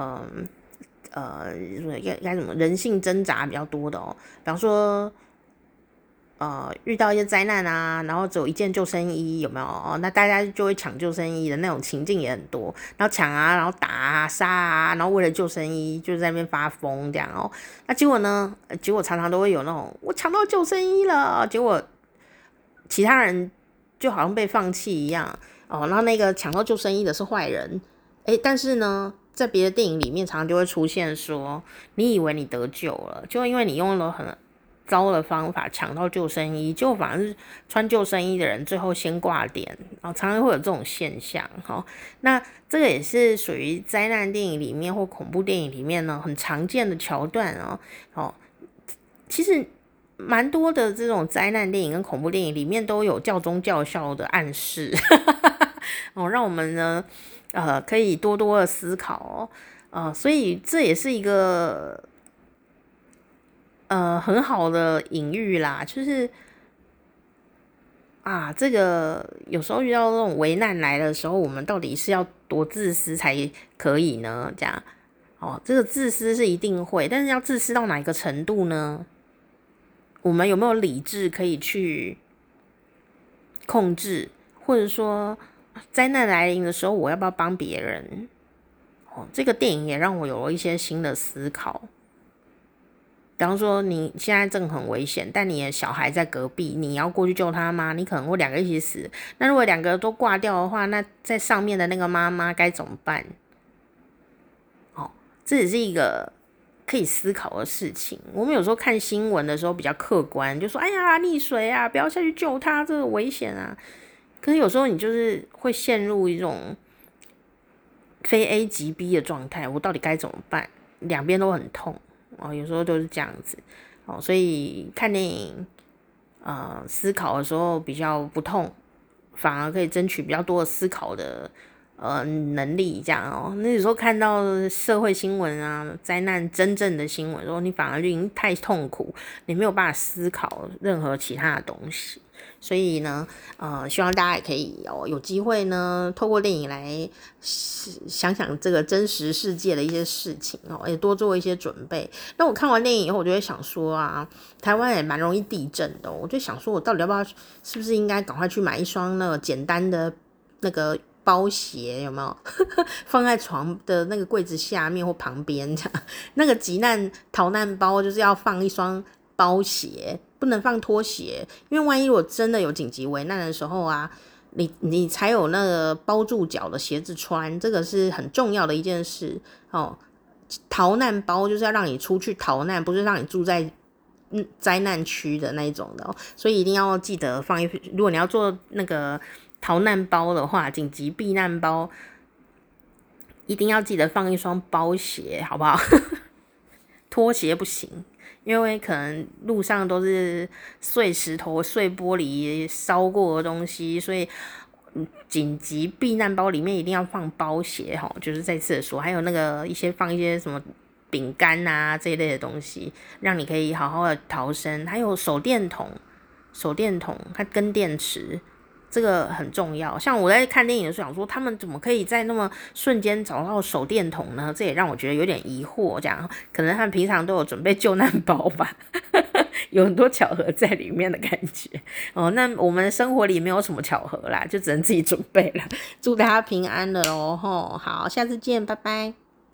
该怎么人性挣扎比较多的哦，比方说遇到一些灾难啊，然后只有一件救生衣，有没有哦？那大家就会抢救生衣的那种情境也很多，然后抢啊，然后打啊、杀啊，然后为了救生衣就在那边发疯这样哦。那结果呢？结果常常都会有那种我抢到救生衣了，结果其他人就好像被放弃一样哦，然后那个抢到救生衣的是坏人，但是呢，在别的电影里面常常就会出现说，你以为你得救了，就因为你用了很糟的方法抢到救生衣，结果反而是穿救生衣的人最后先挂点，然后常常会有这种现象哦。那这个也是属于灾难电影里面或恐怖电影里面呢很常见的桥段哦。其实蛮多的这种灾难电影跟恐怖电影里面都有教宗教校的暗示哦，让我们呢可以多多的思考所以这也是一个很好的隐喻啦，就是这个有时候遇到那种危难来的时候，我们到底是要多自私才可以呢？这样这个自私是一定会，但是要自私到哪一个程度呢？我们有没有理智可以去控制，或者说灾难来临的时候，我要不要帮别人？这个电影也让我有了一些新的思考。比方说，你现在正很危险，但你的小孩在隔壁，你要过去救他吗？你可能会2个一起死。那如果2个都挂掉的话，那在上面的那个妈妈该怎么办？这也是一个可以思考的事情。我们有时候看新闻的时候比较客观，就说哎呀溺水啊，不要下去救他，这个危险啊。可是有时候你就是会陷入一种非 A 即 B 的状态，我到底该怎么办？两边都很痛有时候都是这样子所以看电影思考的时候比较不痛，反而可以争取比较多的思考的能力这样那有时候看到社会新闻啊、灾难真正的新闻，说你反而就已经太痛苦，你没有办法思考任何其他的东西。所以呢，希望大家也可以有机会呢，透过电影来想想这个真实世界的一些事情也多做一些准备。那我看完电影以后，我就会想说台湾也蛮容易地震的我就想说，我到底要不要，是不是应该赶快去买一双那个简单的那个包鞋，有没有放在床的那个柜子下面或旁边这样？那个逃难包就是要放一双包鞋，不能放拖鞋，因为万一如果真的有紧急危难的时候你才有那个包住脚的鞋子穿，这个是很重要的一件事逃难包就是要让你出去逃难，不是让你住在灾难区的那一种的所以一定要记得放如果你要做那个逃难包的话，紧急避难包一定要记得放一双包鞋，好不好？拖鞋不行，因为可能路上都是碎石头、碎玻璃、烧过的东西，所以紧急避难包里面一定要放包鞋哈，就是再次的说，还有那个放一些什么饼干啊这一类的东西，让你可以好好的逃生。还有手电筒，它跟电池。这个很重要，像我在看电影的时候想说，他们怎么可以在那么瞬间找到手电筒呢？这也让我觉得有点疑惑。这样，可能他们平常都有准备救难包吧，有很多巧合在里面的感觉。哦，那我们生活里没有什么巧合啦，就只能自己准备了。祝大家平安了哦，好，下次见，拜拜。